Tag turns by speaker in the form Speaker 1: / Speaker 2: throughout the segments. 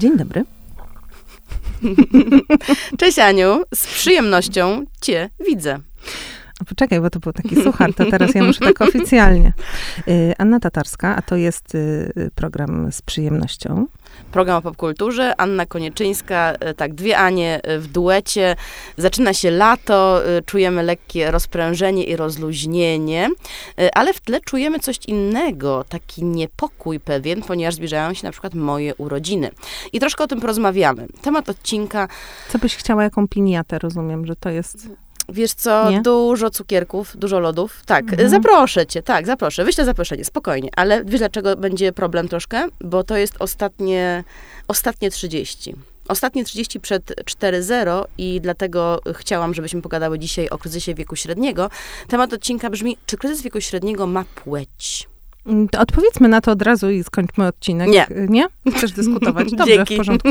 Speaker 1: Dzień dobry.
Speaker 2: Cześć Aniu, z przyjemnością Cię widzę.
Speaker 1: Poczekaj, bo to był taki suchar, to teraz ja muszę tak oficjalnie. Anna Tatarska, a to jest program z przyjemnością.
Speaker 2: Program o popkulturze, Anna Konieczyńska, tak, dwie Anie w duecie. Zaczyna się lato, czujemy lekkie rozprężenie i rozluźnienie, ale w tle czujemy coś innego, taki niepokój pewien, ponieważ zbliżają się na przykład moje urodziny. I troszkę o tym porozmawiamy. Temat odcinka...
Speaker 1: Co byś chciała, jaką piniatę, rozumiem, że to jest...
Speaker 2: Wiesz co,
Speaker 1: Nie?
Speaker 2: Dużo cukierków, dużo lodów. Tak, zaproszę cię, tak, zaproszę. Wyślę zaproszenie, spokojnie. Ale wiesz, dlaczego będzie problem troszkę? Bo to jest ostatnie 30. Ostatnie 30 przed 4.0 i dlatego chciałam, żebyśmy pogadały dzisiaj o kryzysie wieku średniego. Temat odcinka brzmi, czy kryzys wieku średniego ma płeć?
Speaker 1: To odpowiedzmy na to od razu i skończmy odcinek.
Speaker 2: Nie.
Speaker 1: Nie? Chcesz dyskutować? Dobrze,
Speaker 2: Dzięki.
Speaker 1: w porządku.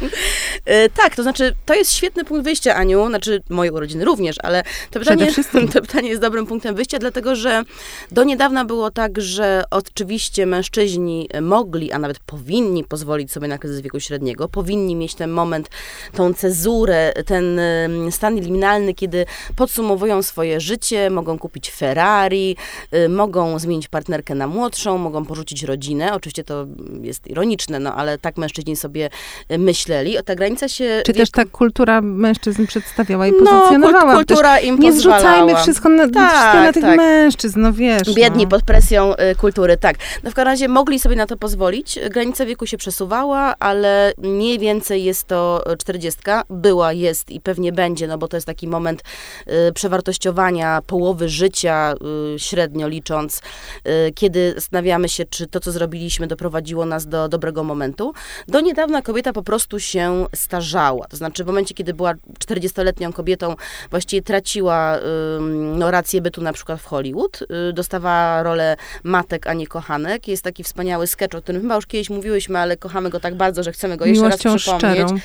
Speaker 2: Tak, to znaczy, to jest świetny punkt wyjścia, Aniu, znaczy moje urodziny również, ale to pytanie jest dobrym punktem wyjścia, dlatego że do niedawna było tak, że oczywiście mężczyźni mogli, a nawet powinni pozwolić sobie na kryzys wieku średniego, powinni mieć ten moment, tą cezurę, ten stan liminalny, kiedy podsumowują swoje życie, mogą kupić Ferrari, mogą zmienić partnerkę na młodszą, mogą porzucić rodzinę. Oczywiście to jest ironiczne, no ale tak mężczyźni sobie myśleli. Ta granica się...
Speaker 1: Czy też tak kultura mężczyzn przedstawiała i pozycjonowała?
Speaker 2: No, kultura im
Speaker 1: nie
Speaker 2: pozwalała.
Speaker 1: zrzucajmy wszystko na tych mężczyzn, no wiesz.
Speaker 2: Biedni pod presją kultury, tak. No w każdym razie mogli sobie na to pozwolić. Granica wieku się przesuwała, ale mniej więcej jest to 40. Była, jest i pewnie będzie, no bo to jest taki moment przewartościowania połowy życia, średnio licząc, kiedy zastanawiamy się, czy to, co zrobiliśmy, doprowadziło nas do dobrego momentu. Do niedawna kobieta po prostu się starzała. To znaczy w momencie, kiedy była 40-letnią kobietą, właściwie traciła rację bytu na przykład w Hollywood. Dostawała rolę matek, a nie kochanek. Jest taki wspaniały sketch, o którym chyba już kiedyś mówiłyśmy, ale kochamy go tak bardzo, że chcemy go jeszcze raz przypomnieć.
Speaker 1: Szczerą.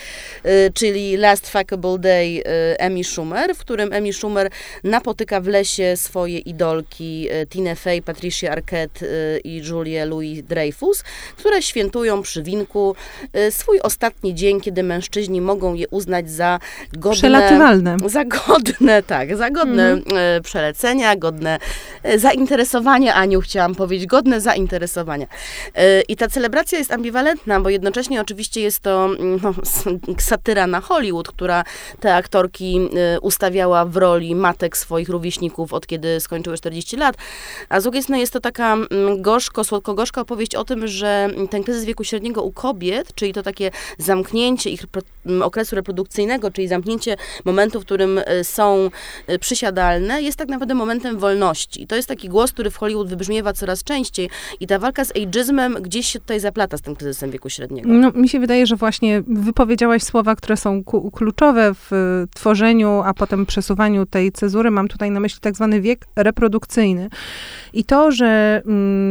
Speaker 2: Czyli Last Fuckable Day Amy Schumer, w którym Amy Schumer napotyka w lesie swoje idolki Tina Fey, Patricia Arquette i Julia Louis-Dreyfus, które świętują przy winku swój ostatni dzień, kiedy mężczyźni mogą je uznać za godne...
Speaker 1: Przelatywalne.
Speaker 2: Za godne przelecenia, godne zainteresowania, Aniu, chciałam powiedzieć, godne zainteresowania. I ta celebracja jest ambiwalentna, bo jednocześnie oczywiście jest to satyra na Hollywood, która te aktorki ustawiała w roli matek swoich rówieśników od kiedy skończyły 40 lat, a z drugiej strony jest to taka słodko-gorzka opowieść o tym, że ten kryzys wieku średniego u kobiet, czyli to takie zamknięcie ich okresu reprodukcyjnego, czyli zamknięcie momentu, w którym są przysiadalne, jest tak naprawdę momentem wolności. I to jest taki głos, który w Hollywood wybrzmiewa coraz częściej i ta walka z ageizmem gdzieś się tutaj zaplata z tym kryzysem wieku średniego.
Speaker 1: No, mi się wydaje, że właśnie wypowiedziałaś słowa, które są kluczowe w tworzeniu, a potem przesuwaniu tej cezury. Mam tutaj na myśli tak zwany wiek reprodukcyjny. I to, że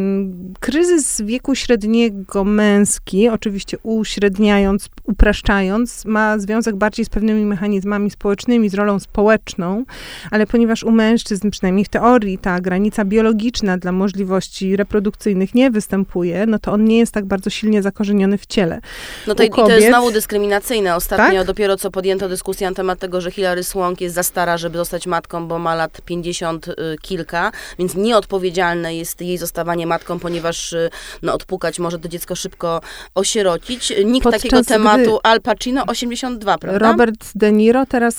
Speaker 1: kryzys wieku średniego męski, oczywiście uśredniając, upraszczając, ma związek bardziej z pewnymi mechanizmami społecznymi, z rolą społeczną, ale ponieważ u mężczyzn, przynajmniej w teorii, ta granica biologiczna dla możliwości reprodukcyjnych nie występuje, no to on nie jest tak bardzo silnie zakorzeniony w ciele.
Speaker 2: No to, to jest znowu dyskryminacyjne. Ostatnio dopiero co podjęto dyskusję na temat tego, że Hilary Swank jest za stara, żeby zostać matką, bo ma lat 50 kilka, więc nieodpowiedzialne jest jej zostawanie matką, ponieważ odpukać może to dziecko szybko osierocić. Nikt takiego tematu, Al Pacino 82, prawda?
Speaker 1: Robert De Niro teraz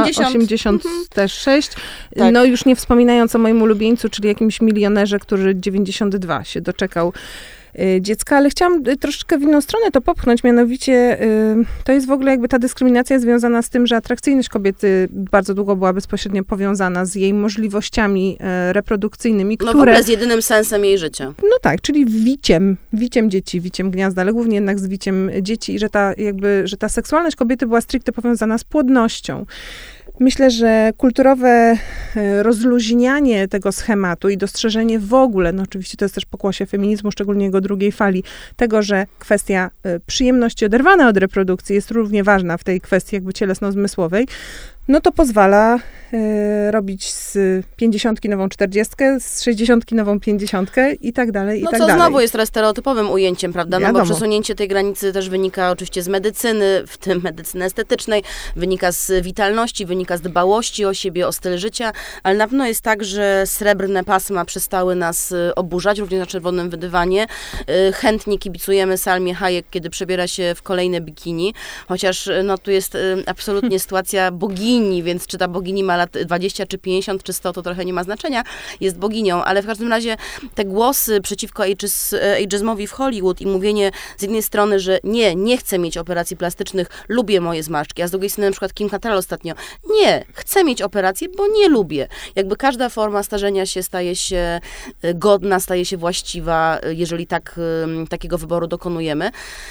Speaker 1: 80 też 6. Tak. No już nie wspominając o moim ulubieńcu, czyli jakimś milionerze, który 92 się doczekał dziecka, ale chciałam troszeczkę w inną stronę to popchnąć, mianowicie to jest w ogóle jakby ta dyskryminacja związana z tym, że atrakcyjność kobiety bardzo długo była bezpośrednio powiązana z jej możliwościami reprodukcyjnymi, które...
Speaker 2: No w ogóle z jedynym sensem jej życia.
Speaker 1: No tak, czyli wiciem dzieci, wiciem gniazda, ale głównie jednak z wiciem dzieci i że ta seksualność kobiety była stricte powiązana z płodnością. Myślę, że kulturowe rozluźnianie tego schematu i dostrzeżenie w ogóle, no oczywiście to jest też pokłosie feminizmu, szczególnie jego drugiej fali, tego, że kwestia przyjemności oderwana od reprodukcji jest równie ważna w tej kwestii jakby cielesno-zmysłowej, no to pozwala robić z 50 nową 40, z 60 nową 50 i tak dalej, i tak
Speaker 2: co
Speaker 1: dalej.
Speaker 2: znowu jest teraz stereotypowym ujęciem, prawda? No bo
Speaker 1: Wiadomo.
Speaker 2: przesunięcie tej granicy też wynika oczywiście z medycyny, w tym medycyny estetycznej, wynika z witalności, wynika z dbałości o siebie, o styl życia, ale na pewno jest tak, że srebrne pasma przestały nas oburzać, również na czerwonym dywanie. Chętnie kibicujemy Salmie Hayek, kiedy przebiera się w kolejne bikini, chociaż no tu jest absolutnie sytuacja bogini, więc czy ta bogini ma lat 20, czy 50, czy 100, to trochę nie ma znaczenia, jest boginią, ale w każdym razie te głosy przeciwko ageizmowi w Hollywood i mówienie z jednej strony, że nie chcę mieć operacji plastycznych, lubię moje zmarszczki, a z drugiej strony na przykład Kim Cattrall ostatnio, nie, chcę mieć operację, bo nie lubię. Jakby każda forma starzenia się staje się godna, staje się właściwa, jeżeli takiego wyboru dokonujemy.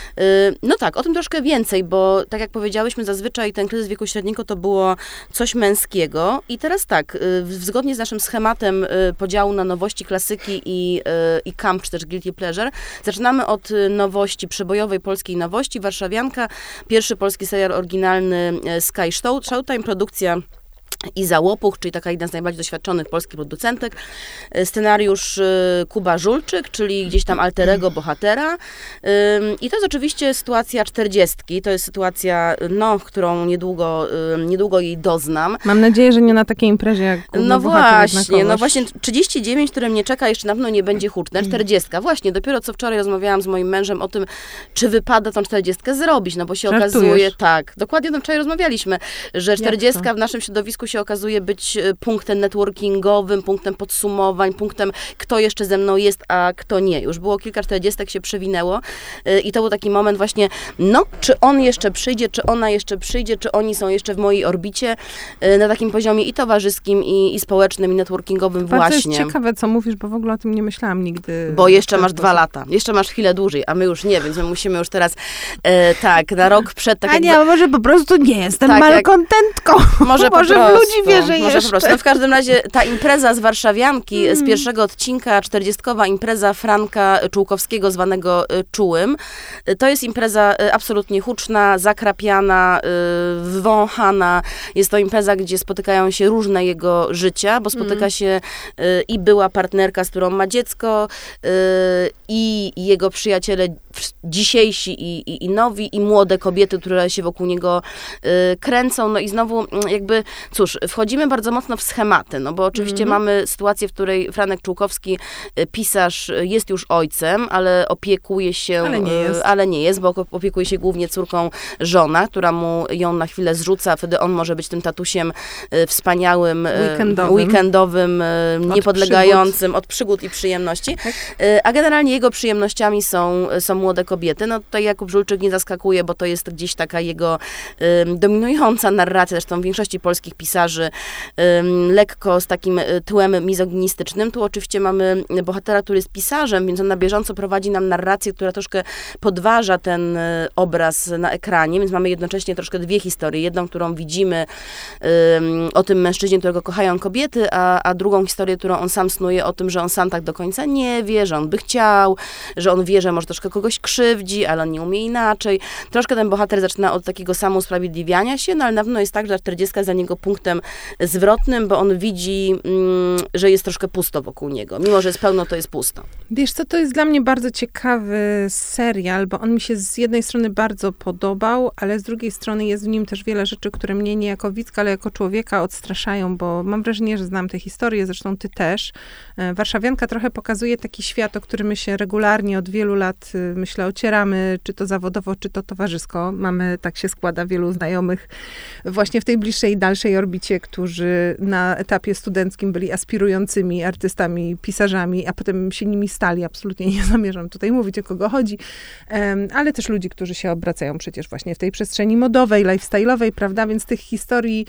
Speaker 2: No tak, o tym troszkę więcej, bo tak jak powiedziałyśmy, zazwyczaj ten kryzys wieku średniego to było coś męskiego i teraz tak, zgodnie z naszym schematem podziału na nowości, klasyki i camp, czy też guilty pleasure, zaczynamy od nowości, przebojowej polskiej nowości, Warszawianka, pierwszy polski serial oryginalny Sky Showtime, produkcja Iza Łopuch, czyli taka jedna z najbardziej doświadczonych polskich producentek. Scenariusz Kuba Żulczyk, czyli gdzieś tam alterego bohatera. I to jest oczywiście sytuacja 40. To jest sytuacja, którą niedługo jej doznam.
Speaker 1: Mam nadzieję, że nie na takiej imprezie jak
Speaker 2: No właśnie, 39, które mnie czeka, jeszcze na pewno nie będzie huczne. 40. Właśnie, dopiero co wczoraj rozmawiałam z moim mężem o tym, czy wypada tą 40 zrobić, no bo się okazuje, tak, dokładnie o tym wczoraj rozmawialiśmy, że 40 w naszym środowisku się okazuje być punktem networkingowym, punktem podsumowań, punktem kto jeszcze ze mną jest, a kto nie. Już było kilka 40 się przewinęło i to był taki moment właśnie, czy on jeszcze przyjdzie, czy ona jeszcze przyjdzie, czy oni są jeszcze w mojej orbicie na takim poziomie i towarzyskim, i społecznym, i networkingowym
Speaker 1: Bardzo
Speaker 2: właśnie.
Speaker 1: jest ciekawe, co mówisz, bo w ogóle o tym nie myślałam nigdy.
Speaker 2: Bo jeszcze masz 2 lata. Jeszcze masz chwilę dłużej, a my już nie, więc my musimy już teraz na rok przed... Tak
Speaker 1: Ania, może po prostu nie jestem malkontentką.
Speaker 2: Może
Speaker 1: w ludzi wierzę jeszcze.
Speaker 2: Po prostu. No w każdym razie ta impreza z Warszawianki, z pierwszego odcinka, 40-kowa impreza Franka Czułkowskiego, zwanego Czułym. To jest impreza absolutnie huczna, zakrapiana, wąchana. Jest to impreza, gdzie spotykają się różne jego życia, bo spotyka się i była partnerka, z którą ma dziecko, i jego przyjaciele dzisiejsi i nowi, i młode kobiety, które się wokół niego kręcą. No i znowu jakby, cóż, wchodzimy bardzo mocno w schematy, no bo oczywiście mamy sytuację, w której Franek Czułkowski, pisarz, jest już ojcem, ale opiekuje się, ale nie jest, bo opiekuje się głównie córką żona, która mu ją na chwilę zrzuca, wtedy on może być tym tatusiem wspaniałym, weekendowym, niepodlegającym od przygód i przyjemności, a generalnie jego przyjemnościami są młode kobiety. No tutaj Jakub Żulczyk nie zaskakuje, bo to jest gdzieś taka jego dominująca narracja, zresztą w większości polskich pisarzy, lekko z takim tłem mizoginistycznym. Tu oczywiście mamy bohatera, który jest pisarzem, więc on na bieżąco prowadzi nam narrację, która troszkę podważa ten obraz na ekranie, więc mamy jednocześnie troszkę 2 historie. Jedną, którą widzimy o tym mężczyźnie, którego kochają kobiety, a drugą historię, którą on sam snuje o tym, że on sam tak do końca nie wie, że on by chciał, że on wie, że może troszkę kogoś krzywdzi, ale on nie umie inaczej. Troszkę ten bohater zaczyna od takiego samousprawiedliwiania się, no ale na pewno jest tak, że 40 jest dla niego punktem zwrotnym, bo on widzi, że jest troszkę pusto wokół niego. Mimo, że jest pełno, to jest pusto.
Speaker 1: Wiesz co, to jest dla mnie bardzo ciekawy serial, bo on mi się z jednej strony bardzo podobał, ale z drugiej strony jest w nim też wiele rzeczy, które mnie nie jako widzka, ale jako człowieka odstraszają, bo mam wrażenie, że znam tę historię, zresztą ty też. Warszawianka trochę pokazuje taki świat, o którym my się regularnie od wielu lat, myślę, ocieramy, czy to zawodowo, czy to towarzysko. Mamy, tak się składa, wielu znajomych właśnie w tej bliższej i dalszej orbicie, którzy na etapie studenckim byli aspirującymi artystami, pisarzami, a potem się nimi stali. Absolutnie nie zamierzam tutaj mówić, o kogo chodzi, ale też ludzi, którzy się obracają przecież właśnie w tej przestrzeni modowej, lifestyle'owej, prawda? Więc tych historii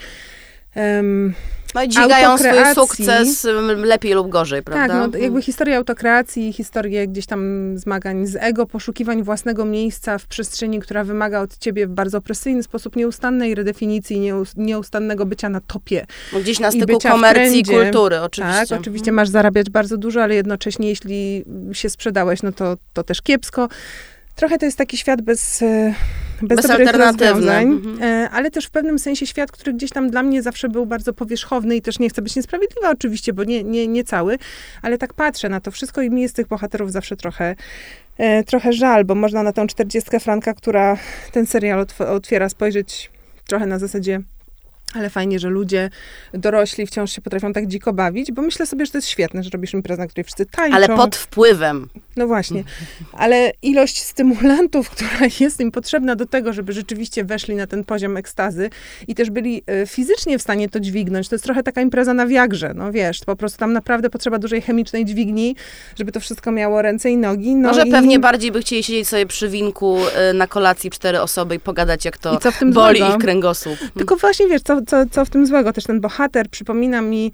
Speaker 2: no i dźwigają swój sukces lepiej lub gorzej, prawda?
Speaker 1: Tak, no jakby historię autokreacji, historię gdzieś tam zmagań z ego, poszukiwań własnego miejsca w przestrzeni, która wymaga od ciebie w bardzo opresyjny sposób nieustannej redefinicji, nieustannego bycia na topie.
Speaker 2: No gdzieś na styku komercji i kultury, oczywiście.
Speaker 1: Tak, oczywiście masz zarabiać bardzo dużo, ale jednocześnie jeśli się sprzedałeś, no to też kiepsko. Trochę to jest taki świat bez dobrych rozwiązań,
Speaker 2: Mhm.
Speaker 1: ale też w pewnym sensie świat, który gdzieś tam dla mnie zawsze był bardzo powierzchowny i też nie chcę być niesprawiedliwa oczywiście, bo nie cały, ale tak patrzę na to wszystko i mi jest tych bohaterów zawsze trochę żal, bo można na tą 40 Franka, która ten serial otwiera, spojrzeć trochę na zasadzie, ale fajnie, że ludzie dorośli wciąż się potrafią tak dziko bawić, bo myślę sobie, że to jest świetne, że robisz imprezę, na której wszyscy tańczą.
Speaker 2: Ale pod wpływem.
Speaker 1: No właśnie. Ale ilość stymulantów, która jest im potrzebna do tego, żeby rzeczywiście weszli na ten poziom ekstazy i też byli fizycznie w stanie to dźwignąć. To jest trochę taka impreza na Viagrze. No wiesz, po prostu tam naprawdę potrzeba dużej chemicznej dźwigni, żeby to wszystko miało ręce i nogi. No
Speaker 2: Może
Speaker 1: i
Speaker 2: pewnie bardziej by chcieli siedzieć sobie przy winku na kolacji 4 osoby i pogadać, jak to
Speaker 1: co w tym
Speaker 2: boli
Speaker 1: złego?
Speaker 2: ich kręgosłup.
Speaker 1: Tylko właśnie wiesz, co w tym złego? Też ten bohater przypomina mi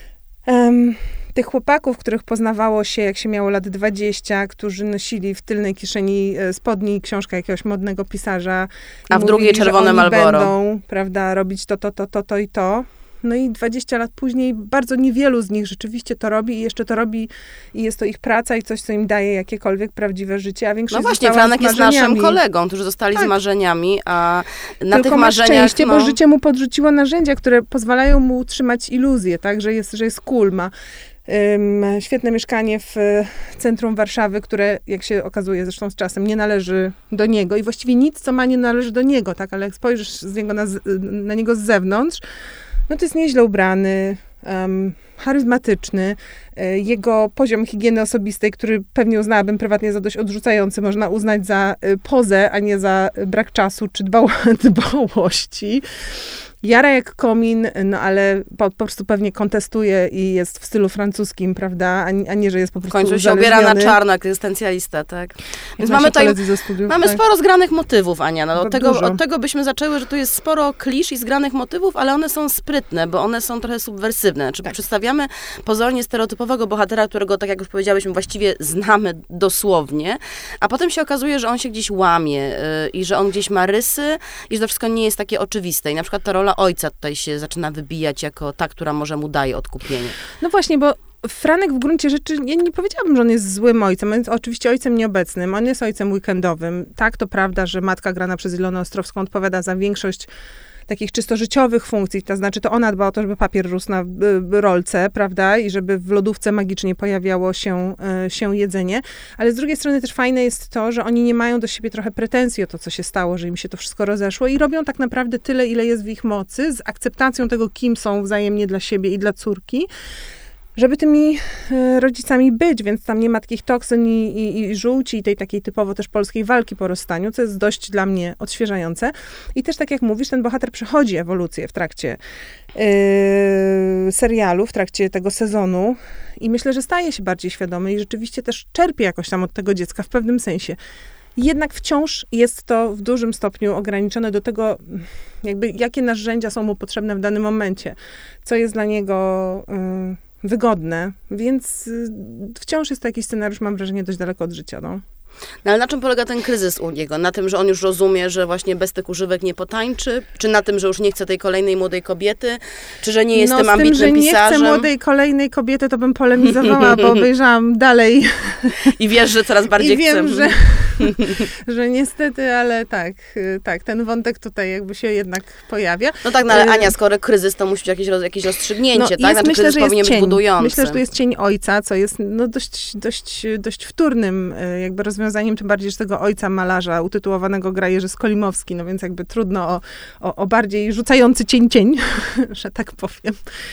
Speaker 1: tych chłopaków, których poznawało się, jak się miało lat 20, którzy nosili w tylnej kieszeni spodni książkę jakiegoś modnego pisarza.
Speaker 2: A w drugiej czerwone Marlboro.
Speaker 1: Będą, prawda, robić to i to. No i 20 lat później bardzo niewielu z nich rzeczywiście to robi i jeszcze to robi i jest to ich praca i coś, co im daje jakiekolwiek prawdziwe życie, a większość
Speaker 2: No właśnie,
Speaker 1: została
Speaker 2: Franek
Speaker 1: z
Speaker 2: jest
Speaker 1: marzeniami.
Speaker 2: naszym kolegą, którzy zostali z marzeniami, a na
Speaker 1: Tylko
Speaker 2: tych
Speaker 1: masz
Speaker 2: marzeniach...
Speaker 1: szczęście, bo życie mu podrzuciło narzędzia, które pozwalają mu utrzymać iluzję, tak, że jest cool, ma świetne mieszkanie w centrum Warszawy, które, jak się okazuje zresztą z czasem, nie należy do niego i właściwie nic, co ma, nie należy do niego, tak, ale jak spojrzysz na niego z zewnątrz, no to jest nieźle ubrany, charyzmatyczny. Jego poziom higieny osobistej, który pewnie uznałabym prywatnie za dość odrzucający, można uznać za pozę, a nie za brak czasu czy dbałości. Jara jak komin, no ale po prostu pewnie kontestuje i jest w stylu francuskim, prawda, a nie, że jest po prostu
Speaker 2: W końcu się ubiera na czarno, egzystencjalista, tak? Więc mamy
Speaker 1: studiów,
Speaker 2: sporo zgranych motywów, Ania. No,
Speaker 1: od
Speaker 2: tego byśmy zaczęły, że tu jest sporo klisz i zgranych motywów, ale one są sprytne, bo one są trochę subwersywne. Znaczy, przedstawiamy pozornie stereotypowego bohatera, którego, tak jak już powiedziałyśmy, właściwie znamy dosłownie, a potem się okazuje, że on się gdzieś łamie i że on gdzieś ma rysy i że to wszystko nie jest takie oczywiste. I na przykład ta rola ojca tutaj się zaczyna wybijać jako ta, która może mu daje odkupienie.
Speaker 1: No właśnie, bo Franek w gruncie rzeczy, ja nie powiedziałabym, że on jest złym ojcem. On jest oczywiście ojcem nieobecnym. On jest ojcem weekendowym. Tak, to prawda, że matka grana przez Ilonę Ostrowską odpowiada za większość takich czysto życiowych funkcji. To znaczy, to ona dba o to, żeby papier rósł na rolce, prawda? I żeby w lodówce magicznie pojawiało się jedzenie. Ale z drugiej strony też fajne jest to, że oni nie mają do siebie trochę pretensji o to, co się stało, że im się to wszystko rozeszło i robią tak naprawdę tyle, ile jest w ich mocy, z akceptacją tego, kim są wzajemnie dla siebie i dla córki, żeby tymi rodzicami być, więc tam nie ma takich toksyn i żółci i tej takiej typowo też polskiej walki po rozstaniu, co jest dość dla mnie odświeżające. I też tak jak mówisz, ten bohater przechodzi ewolucję w trakcie serialu, w trakcie tego sezonu i myślę, że staje się bardziej świadomy i rzeczywiście też czerpie jakoś tam od tego dziecka w pewnym sensie. Jednak wciąż jest to w dużym stopniu ograniczone do tego, jakby jakie narzędzia są mu potrzebne w danym momencie, co jest dla niego wygodne, więc wciąż jest to jakiś scenariusz, mam wrażenie, dość daleko od życia, no.
Speaker 2: No ale na czym polega ten kryzys u niego? Na tym, że on już rozumie, że właśnie bez tych używek nie potańczy? Czy na tym, że już nie chce tej kolejnej młodej kobiety? Czy że nie jest tym ambitnym pisarzem?
Speaker 1: Z tym, że nie chcę młodej kolejnej kobiety, to bym polemizowała, bo obejrzałam dalej.
Speaker 2: I wiesz, że coraz bardziej chcę.
Speaker 1: I wiem, że niestety, ale tak, ten wątek tutaj jakby się jednak pojawia.
Speaker 2: No tak, no ale Ania, skoro kryzys, to musi być jakieś rozstrzygnięcie,
Speaker 1: no,
Speaker 2: tak? Znaczy,
Speaker 1: myślę,
Speaker 2: kryzys powinien być budujący.
Speaker 1: Myślę, że tu jest cień ojca, co jest no, dość wtórnym jakby rozwiązaniem, tym bardziej, że tego ojca malarza utytułowanego gra Jerzy Skolimowski, no więc jakby trudno o bardziej rzucający cień, że tak powiem.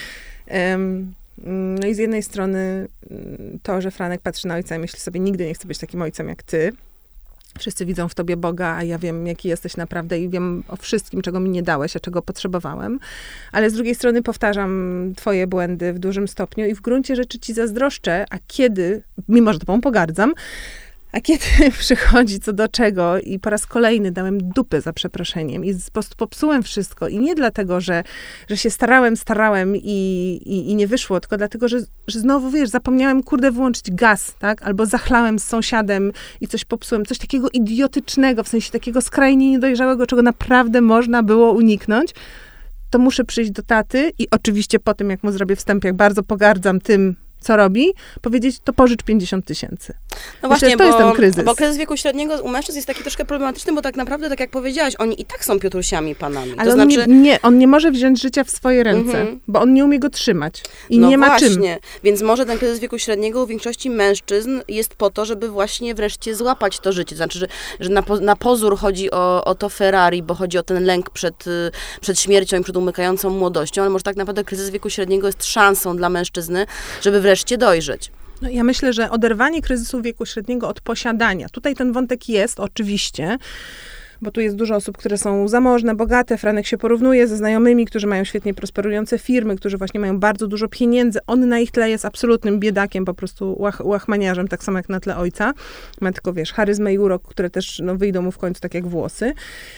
Speaker 1: No i z jednej strony to, że Franek patrzy na ojca i myśli sobie, nigdy nie chcę być takim ojcem jak ty. Wszyscy widzą w tobie Boga, a ja wiem, jaki jesteś naprawdę i wiem o wszystkim, czego mi nie dałeś, a czego potrzebowałem. Ale z drugiej strony powtarzam twoje błędy w dużym stopniu i w gruncie rzeczy ci zazdroszczę, a kiedy, mimo że tobą pogardzam, a kiedy przychodzi co do czego i po raz kolejny dałem dupy za przeproszeniem i po prostu popsułem wszystko i nie dlatego, że się starałem i nie wyszło, tylko dlatego, że znowu, wiesz, zapomniałem, wyłączyć gaz, tak? Albo zachlałem z sąsiadem i coś popsułem. Coś takiego idiotycznego, w sensie takiego skrajnie niedojrzałego, czego naprawdę można było uniknąć. To muszę przyjść do taty i oczywiście po tym, jak mu zrobię wstęp, jak bardzo pogardzam tym, co robi? Powiedzieć, to pożycz 50 000.
Speaker 2: No właśnie,
Speaker 1: to jest ten kryzys.
Speaker 2: Bo kryzys wieku średniego u mężczyzn jest taki troszkę problematyczny, bo tak naprawdę, tak jak powiedziałaś, oni i tak są Piotrusiami panami.
Speaker 1: Ale
Speaker 2: to znaczy...
Speaker 1: on nie może wziąć życia w swoje ręce, bo on nie umie go trzymać. I nie ma czym.
Speaker 2: Właśnie, więc może ten kryzys wieku średniego u większości mężczyzn jest po to, żeby właśnie wreszcie złapać to życie. Znaczy, że na pozór chodzi o to Ferrari, bo chodzi o ten lęk przed śmiercią i przed umykającą młodością, ale może tak naprawdę kryzys wieku średniego jest szansą dla mężczyzny, żeby wreszcie dojrzeć.
Speaker 1: No, ja myślę, że oderwanie kryzysu wieku średniego od posiadania. Tutaj ten wątek jest, oczywiście, bo tu jest dużo osób, które są zamożne, bogate. Franek się porównuje ze znajomymi, którzy mają świetnie prosperujące firmy, którzy właśnie mają bardzo dużo pieniędzy. On na ich tle jest absolutnym biedakiem, po prostu łachmaniarzem, tak samo jak na tle ojca. Ma tylko, charyzmę i urok, które też wyjdą mu w końcu tak jak włosy.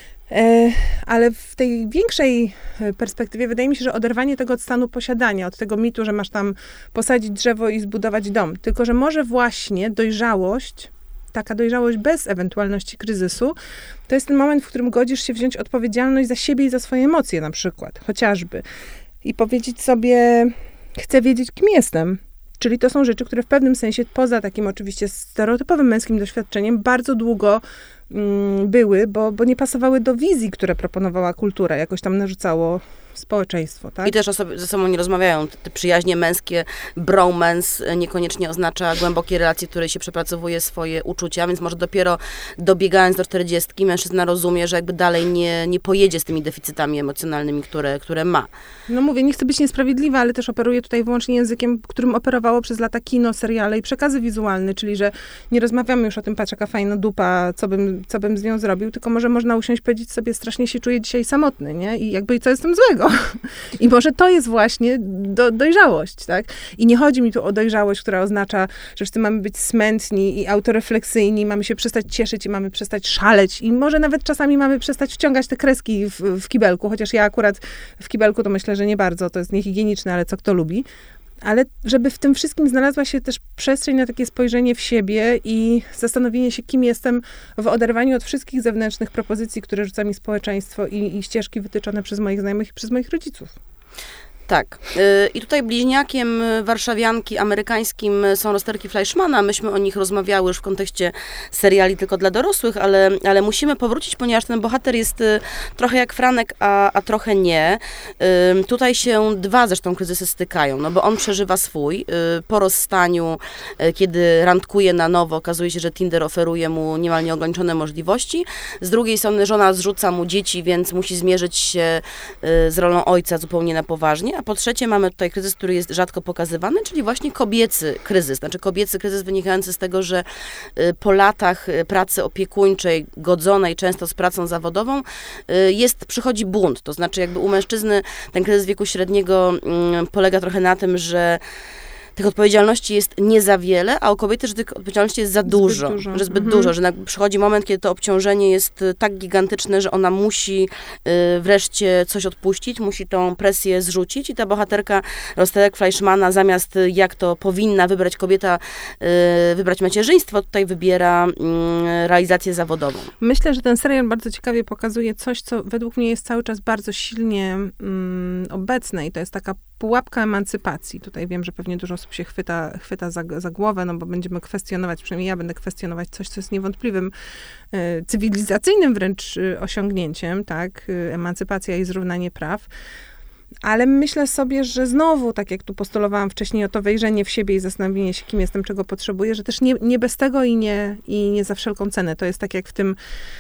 Speaker 1: Ale w tej większej perspektywie wydaje mi się, że oderwanie tego od stanu posiadania, od tego mitu, że masz tam posadzić drzewo i zbudować dom, tylko że może właśnie dojrzałość, taka dojrzałość bez ewentualności kryzysu, to jest ten moment, w którym godzisz się wziąć odpowiedzialność za siebie i za swoje emocje na przykład, chociażby. I powiedzieć sobie, chcę wiedzieć, kim jestem. Czyli to są rzeczy, które w pewnym sensie, poza takim oczywiście stereotypowym męskim doświadczeniem, bardzo długo były, bo nie pasowały do wizji, które proponowała kultura, jakoś tam narzucało społeczeństwo, tak?
Speaker 2: I też osoby ze sobą nie rozmawiają. Te przyjaźnie męskie, bromance niekoniecznie oznacza głębokie relacje, w której się przepracowuje swoje uczucia, więc może dopiero dobiegając do 40 mężczyzna rozumie, że jakby dalej nie pojedzie z tymi deficytami emocjonalnymi, które ma.
Speaker 1: No mówię, nie chcę być niesprawiedliwa, ale też operuję tutaj wyłącznie językiem, którym operowało przez lata kino, seriale i przekazy wizualne, czyli że nie rozmawiamy już o tym, patrz jaka fajna dupa, co bym z nią zrobił, tylko może można usiąść i powiedzieć sobie, strasznie się czuję dzisiaj samotny, nie? I jakby co jest w tym złego? I może to jest właśnie dojrzałość, tak? I nie chodzi mi tu o dojrzałość, która oznacza, że wszyscy mamy być smętni i autorefleksyjni, mamy się przestać cieszyć i mamy przestać szaleć i może nawet czasami mamy przestać wciągać te kreski w kibelku, chociaż ja akurat w kibelku to myślę, że nie bardzo, to jest niehigieniczne, ale co kto lubi. Ale żeby w tym wszystkim znalazła się też przestrzeń na takie spojrzenie w siebie i zastanowienie się, kim jestem w oderwaniu od wszystkich zewnętrznych propozycji, które rzuca mi społeczeństwo i ścieżki wytyczone przez moich znajomych i przez moich rodziców.
Speaker 2: Tak. I tutaj bliźniakiem warszawianki amerykańskim są rozterki Fleischmana. Myśmy o nich rozmawiały już w kontekście seriali tylko dla dorosłych, ale musimy powrócić, ponieważ ten bohater jest trochę jak Franek, a trochę nie. Tutaj się dwa zresztą kryzysy stykają, no bo on przeżywa swój. Po rozstaniu, kiedy randkuje na nowo, okazuje się, że Tinder oferuje mu niemal nieograniczone możliwości. Z drugiej strony żona zrzuca mu dzieci, więc musi zmierzyć się z rolą ojca zupełnie na poważnie. A po trzecie mamy tutaj kryzys, który jest rzadko pokazywany, czyli właśnie kobiecy kryzys. Znaczy kobiecy kryzys wynikający z tego, że po latach pracy opiekuńczej, godzonej często z pracą zawodową, przychodzi bunt. To znaczy jakby u mężczyzny ten kryzys wieku średniego polega trochę na tym, że tych odpowiedzialności jest nie za wiele, a u kobiety, że tych odpowiedzialności jest za dużo. Że zbyt dużo, że przychodzi moment, kiedy to obciążenie jest tak gigantyczne, że ona musi wreszcie coś odpuścić, musi tą presję zrzucić i ta bohaterka rozterek Fleischmana, zamiast jak to powinna wybrać kobieta, wybrać macierzyństwo, tutaj wybiera realizację zawodową.
Speaker 1: Myślę, że ten serial bardzo ciekawie pokazuje coś, co według mnie jest cały czas bardzo silnie obecne i to jest taka pułapka emancypacji. Tutaj wiem, że pewnie dużo osób się chwyta za głowę, no bo będziemy kwestionować, przynajmniej ja będę kwestionować coś, co jest niewątpliwym cywilizacyjnym wręcz osiągnięciem, tak? Emancypacja i zrównanie praw. Ale myślę sobie, że znowu, tak jak tu postulowałam wcześniej, o to wejrzenie w siebie i zastanowienie się, kim jestem, czego potrzebuję, że też nie bez tego i nie za wszelką cenę. To jest tak jak w tym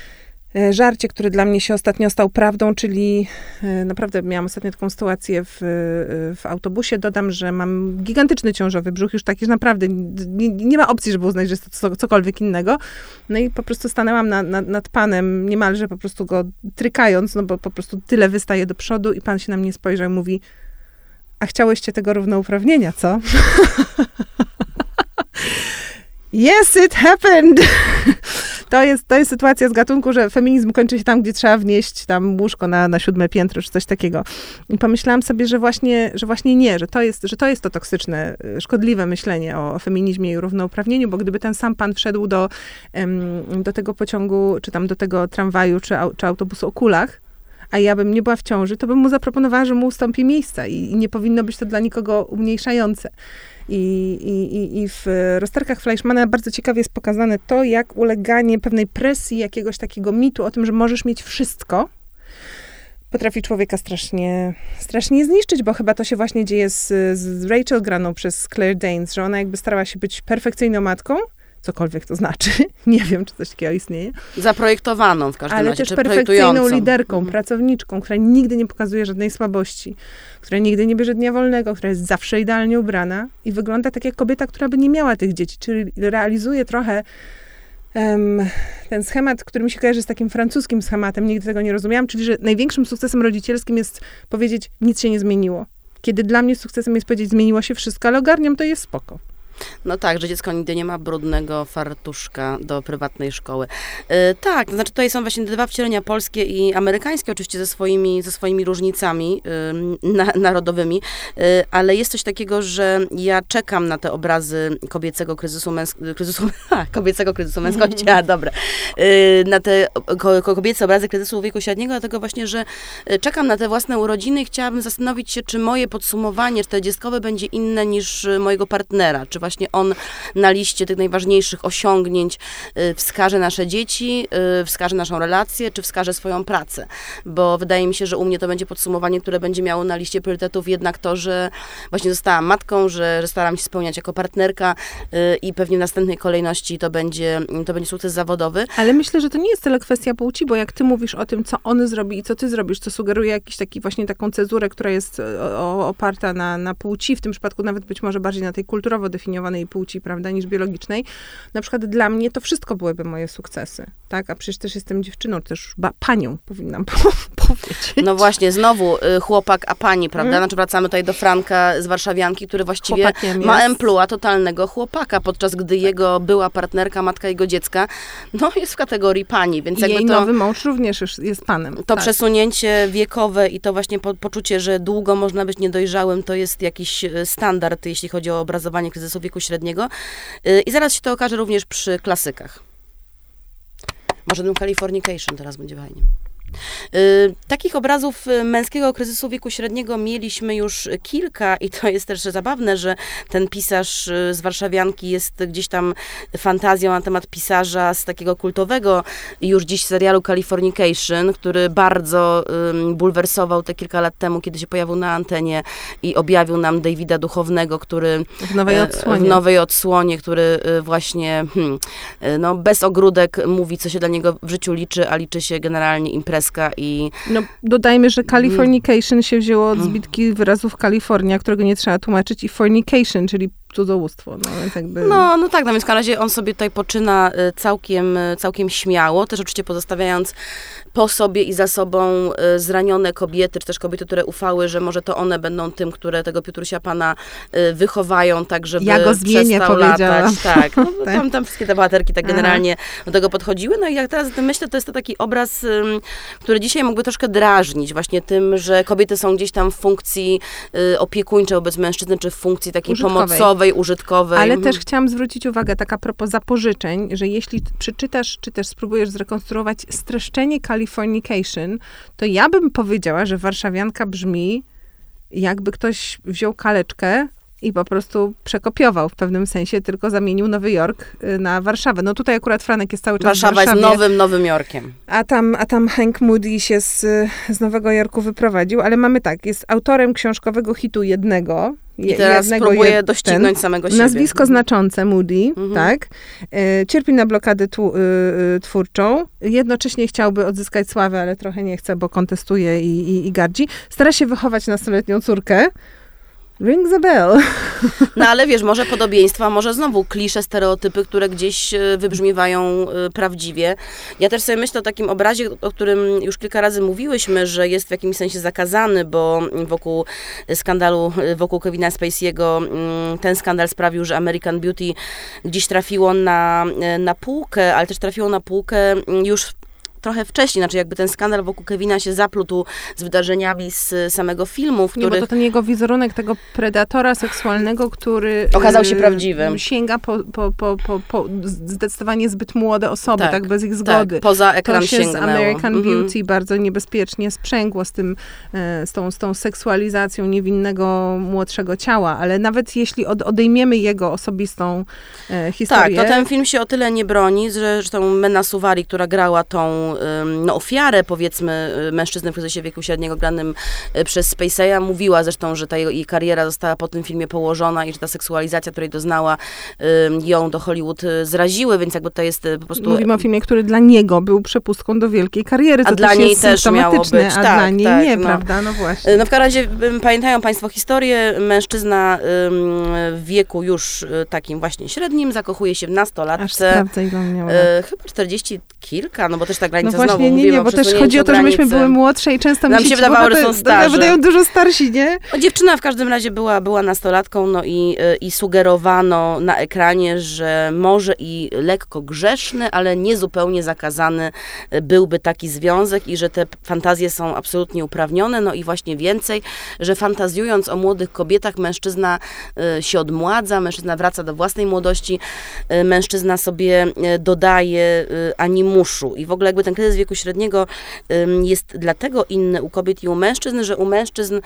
Speaker 1: żarcie, który dla mnie się ostatnio stał prawdą, czyli naprawdę miałam ostatnio taką sytuację w autobusie. Dodam, że mam gigantyczny ciążowy brzuch, już taki, że naprawdę nie ma opcji, żeby uznać, że jest to cokolwiek innego. No i po prostu stanęłam nad panem, niemalże po prostu go trykając, no bo po prostu tyle wystaje do przodu i pan się na mnie spojrzał i mówi, a chciałyście tego równouprawnienia, co? Yes, it happened! To jest sytuacja z gatunku, że feminizm kończy się tam, gdzie trzeba wnieść tam łóżko na 7 piętro, czy coś takiego. I pomyślałam sobie, że właśnie nie, że to jest to toksyczne, szkodliwe myślenie o feminizmie i równouprawnieniu, bo gdyby ten sam pan wszedł do tego pociągu, czy tam do tego tramwaju, czy autobusu o kulach, a ja bym nie była w ciąży, to bym mu zaproponowała, że mu ustąpi miejsca i nie powinno być to dla nikogo umniejszające. I w rozterkach Fleischmana bardzo ciekawie jest pokazane to, jak uleganie pewnej presji, jakiegoś takiego mitu o tym, że możesz mieć wszystko, potrafi człowieka strasznie zniszczyć, bo chyba to się właśnie dzieje z Rachel graną przez Claire Danes, że ona jakby starała się być perfekcyjną matką, cokolwiek to znaczy. Nie wiem, czy coś takiego istnieje.
Speaker 2: Zaprojektowaną w każdym razie,
Speaker 1: ale też
Speaker 2: czy
Speaker 1: perfekcyjną liderką, pracowniczką, która nigdy nie pokazuje żadnej słabości, która nigdy nie bierze dnia wolnego, która jest zawsze idealnie ubrana i wygląda tak jak kobieta, która by nie miała tych dzieci, czyli realizuje trochę ten schemat, który mi się kojarzy z takim francuskim schematem, nigdy tego nie rozumiałam, czyli że największym sukcesem rodzicielskim jest powiedzieć, nic się nie zmieniło. Kiedy dla mnie sukcesem jest powiedzieć, zmieniło się wszystko, ale ogarniam, to jest spoko.
Speaker 2: No tak, że dziecko nigdy nie ma brudnego fartuszka do prywatnej szkoły. Tak, to znaczy tutaj są właśnie dwa wcielenia, polskie i amerykańskie, oczywiście ze swoimi różnicami narodowymi, ale jest coś takiego, że ja czekam na te obrazy kobiecego kryzysu męskości, dobre, na te kobiece obrazy kryzysu wieku średniego, dlatego właśnie, że czekam na te własne urodziny i chciałabym zastanowić się, czy moje podsumowanie 40-kowe będzie inne niż mojego partnera, czy właśnie on na liście tych najważniejszych osiągnięć wskaże nasze dzieci, wskaże naszą relację, czy wskaże swoją pracę. Bo wydaje mi się, że u mnie to będzie podsumowanie, które będzie miało na liście priorytetów jednak to, że właśnie zostałam matką, że staram się spełniać jako partnerka i pewnie w następnej kolejności to będzie sukces zawodowy.
Speaker 1: Ale myślę, że to nie jest tyle kwestia płci, bo jak ty mówisz o tym, co on zrobi i co ty zrobisz, to sugeruje jakiś taki właśnie taką cezurę, która jest oparta na płci, w tym przypadku nawet być może bardziej na tej kulturowo definiowanej płci, prawda, niż biologicznej. Na przykład dla mnie to wszystko byłyby moje sukcesy, tak? A przecież też jestem dziewczyną, też panią powinnam powiedzieć.
Speaker 2: No właśnie, znowu chłopak, a pani, prawda? Znaczy wracamy tutaj do Franka z Warszawianki, który właściwie ma emploi totalnego chłopaka, podczas gdy jego była partnerka, matka jego dziecka, no jest w kategorii pani, więc jakby
Speaker 1: jej nowy mąż również jest panem.
Speaker 2: To przesunięcie wiekowe i to właśnie poczucie, że długo można być niedojrzałym, to jest jakiś standard, jeśli chodzi o obrazowanie kryzysu wieku średniego. I zaraz się to okaże również przy klasykach. Może ten Californication teraz będzie fajnie. Takich obrazów męskiego kryzysu wieku średniego mieliśmy już kilka i to jest też zabawne, że ten pisarz z Warszawianki jest gdzieś tam fantazją na temat pisarza z takiego kultowego już dziś serialu Californication, który bardzo bulwersował te kilka lat temu, kiedy się pojawił na antenie i objawił nam Davida Duchownego, który w nowej odsłonie, który właśnie bez ogródek mówi, co się dla niego w życiu liczy, a liczy się generalnie imprezka i...
Speaker 1: No, dodajmy, że Californication się wzięło od zbitki wyrazów Kalifornia, którego nie trzeba tłumaczyć, i fornication, czyli cudzołóstwo. No, więc jakby...
Speaker 2: no tak, no więc w każdym razie on sobie tutaj poczyna całkiem śmiało, też oczywiście pozostawiając po sobie i za sobą zranione kobiety, czy też kobiety, które ufały, że może to one będą tym, które tego Piotrusia Pana wychowają, tak żeby
Speaker 1: ja go zmienię,
Speaker 2: przestał latać. Tak, no,
Speaker 1: tak.
Speaker 2: Tam wszystkie te bohaterki tak generalnie do tego podchodziły. No i jak teraz o tym myślę, to jest to taki obraz, który dzisiaj mógłby troszkę drażnić właśnie tym, że kobiety są gdzieś tam w funkcji opiekuńczej wobec mężczyzny, czy w funkcji takiej pomocowej, użytkowej.
Speaker 1: Ale też chciałam zwrócić uwagę, tak a propos zapożyczeń, że jeśli przeczytasz, czy też spróbujesz zrekonstruować streszczenie Californication, to ja bym powiedziała, że Warszawianka brzmi, jakby ktoś wziął kaleczkę i po prostu przekopiował w pewnym sensie, tylko zamienił Nowy Jork na Warszawę. No tutaj akurat Franek jest cały czas
Speaker 2: Warszawa
Speaker 1: w Warszawie.
Speaker 2: jest Nowym Jorkiem.
Speaker 1: A tam Hank Moody się z Nowego Jorku wyprowadził, ale mamy tak, jest autorem książkowego hitu jednego.
Speaker 2: I teraz próbuje doścignąć samego siebie.
Speaker 1: Nazwisko znaczące, Moody, tak. Cierpi na blokadę twórczą. Jednocześnie chciałby odzyskać sławę, ale trochę nie chce, bo kontestuje i gardzi. Stara się wychować nastoletnią córkę. Rings a bell.
Speaker 2: No ale wiesz, może podobieństwa, może znowu klisze, stereotypy, które gdzieś wybrzmiewają prawdziwie. Ja też sobie myślę o takim obrazie, o którym już kilka razy mówiłyśmy, że jest w jakimś sensie zakazany, bo wokół skandalu, wokół Kevina Spacey'ego ten skandal sprawił, że American Beauty gdzieś trafiło na półkę, ale też trafiło na półkę już trochę wcześniej, znaczy jakby ten skandal wokół Kevina się zaplótł z wydarzeniami z samego filmu, w których...
Speaker 1: Nie, bo to ten jego wizerunek tego predatora seksualnego, który...
Speaker 2: okazał się prawdziwym.
Speaker 1: Sięga po zdecydowanie zbyt młode osoby, tak bez ich zgody.
Speaker 2: Poza ekran
Speaker 1: to się
Speaker 2: sięgnęło.
Speaker 1: z American Beauty bardzo niebezpiecznie sprzęgło z tą seksualizacją niewinnego młodszego ciała, ale nawet jeśli odejmiemy jego osobistą historię...
Speaker 2: Tak, to ten film się o tyle nie broni, że zresztą Mena Suvari, która grała tą ofiarę, powiedzmy, mężczyzny w kryzysie wieku średniego granym przez Spacey'a, mówiła zresztą, że ta jej kariera została po tym filmie położona i że ta seksualizacja, której doznała, ją do Hollywood zraziły, więc jakby to jest po prostu...
Speaker 1: Mówimy o filmie, który dla niego był przepustką do wielkiej kariery, co
Speaker 2: a dla niej też miało być.
Speaker 1: A dla niej nie, prawda? No właśnie.
Speaker 2: No w każdym razie pamiętają Państwo historię, mężczyzna w wieku już takim właśnie średnim zakochuje się w nastolatce.
Speaker 1: Aż sprawdzę, ile on miał lat.
Speaker 2: Chyba 40 kilka, no bo też ta granica
Speaker 1: no właśnie,
Speaker 2: znowu
Speaker 1: nie, bo też chodzi o to, że myśmy były młodsze i często
Speaker 2: nam się wydawało, że są starzy.
Speaker 1: Wydają dużo starsi, nie?
Speaker 2: Dziewczyna w każdym razie była nastolatką, no i sugerowano na ekranie, że może i lekko grzeszny, ale nie zupełnie zakazany byłby taki związek i że te fantazje są absolutnie uprawnione, no i właśnie więcej, że fantazjując o młodych kobietach, mężczyzna się odmładza, mężczyzna wraca do własnej młodości, mężczyzna sobie dodaje animuszu. I w ogóle jakby ten kryzys wieku średniego jest dlatego inny u kobiet i u mężczyzn, że u mężczyzn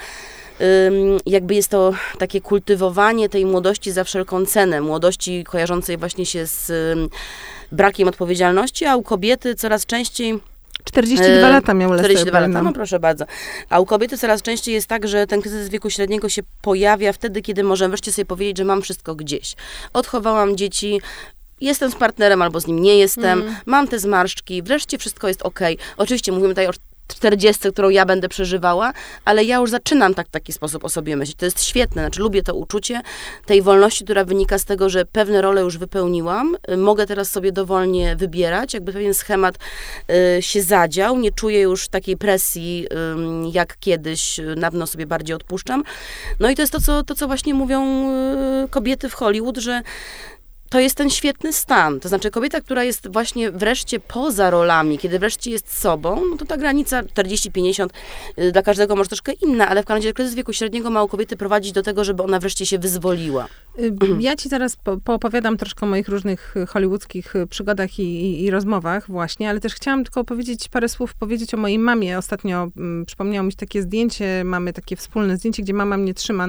Speaker 2: jakby jest to takie kultywowanie tej młodości za wszelką cenę, młodości kojarzącej właśnie się z brakiem odpowiedzialności, a u kobiety coraz częściej
Speaker 1: 42 lata miał Lester
Speaker 2: 42 lata,
Speaker 1: Burnham.
Speaker 2: no proszę bardzo. A u kobiety coraz częściej jest tak, że ten kryzys wieku średniego się pojawia wtedy, kiedy możemy wreszcie sobie powiedzieć, że mam wszystko gdzieś. Odchowałam dzieci, jestem z partnerem albo z nim nie jestem, mam te zmarszczki, wreszcie wszystko jest okej. Oczywiście mówimy tutaj o 40, którą ja będę przeżywała, ale ja już zaczynam w taki sposób o sobie myśleć. To jest świetne, znaczy lubię to uczucie tej wolności, która wynika z tego, że pewne role już wypełniłam, mogę teraz sobie dowolnie wybierać, jakby pewien schemat się zadział, nie czuję już takiej presji, jak kiedyś, na pewno sobie bardziej odpuszczam. No i to jest to, co właśnie mówią kobiety w Hollywood, że to jest ten świetny stan. To znaczy kobieta, która jest właśnie wreszcie poza rolami, kiedy wreszcie jest sobą, no to ta granica 40-50 dla każdego może troszkę inna, ale w każdym razie kryzys wieku średniego ma u kobiety prowadzić do tego, żeby ona wreszcie się wyzwoliła.
Speaker 1: Ja ci zaraz poopowiadam troszkę o moich różnych hollywoodzkich przygodach i rozmowach właśnie, ale też chciałam tylko parę słów powiedzieć o mojej mamie. Ostatnio przypomniało mi się takie zdjęcie, mamy takie wspólne zdjęcie, gdzie mama mnie trzyma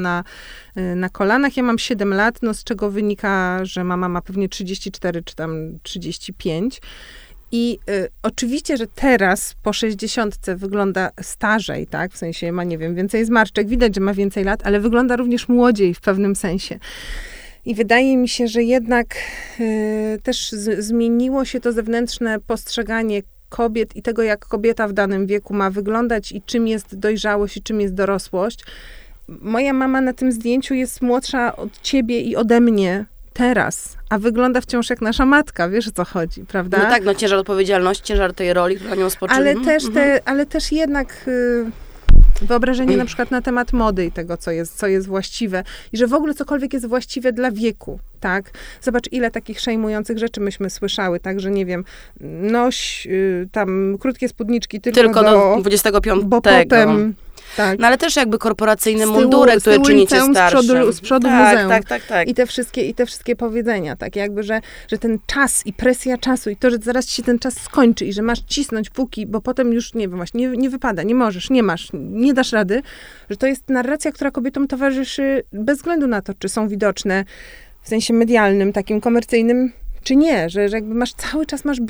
Speaker 1: na kolanach. Ja mam 7 lat, no z czego wynika, że mama ma pewnie 34 czy tam 35. I oczywiście, że teraz po 60 wygląda starzej, tak? W sensie ma, nie wiem, więcej zmarszczek, widać, że ma więcej lat, ale wygląda również młodziej w pewnym sensie. I wydaje mi się, że jednak też zmieniło się to zewnętrzne postrzeganie kobiet i tego, jak kobieta w danym wieku ma wyglądać i czym jest dojrzałość i czym jest dorosłość. Moja mama na tym zdjęciu jest młodsza od ciebie i ode mnie teraz, a wygląda wciąż jak nasza matka, wiesz o co chodzi, prawda?
Speaker 2: No tak, no ciężar odpowiedzialności, ciężar tej roli, która nią spoczywa.
Speaker 1: Ale też jednak wyobrażenie na przykład na temat mody i tego, co jest właściwe i że w ogóle cokolwiek jest właściwe dla wieku, tak? Zobacz, ile takich szejmujących rzeczy myśmy słyszały, tak, że nie wiem, noś tam krótkie spódniczki tylko do
Speaker 2: 25.
Speaker 1: Bo potem... Tak.
Speaker 2: No ale też jakby korporacyjne mundury, które czyni cię starszym.
Speaker 1: Z przodu muzeum.
Speaker 2: Tak.
Speaker 1: I te wszystkie powiedzenia, tak jakby, że ten czas i presja czasu i to, że zaraz ci się ten czas skończy i że masz cisnąć póki, bo potem już, nie wiem, właśnie nie wypada, nie możesz, nie masz, nie dasz rady, że to jest narracja, która kobietom towarzyszy bez względu na to, czy są widoczne w sensie medialnym, takim komercyjnym, czy nie, że jakby cały czas masz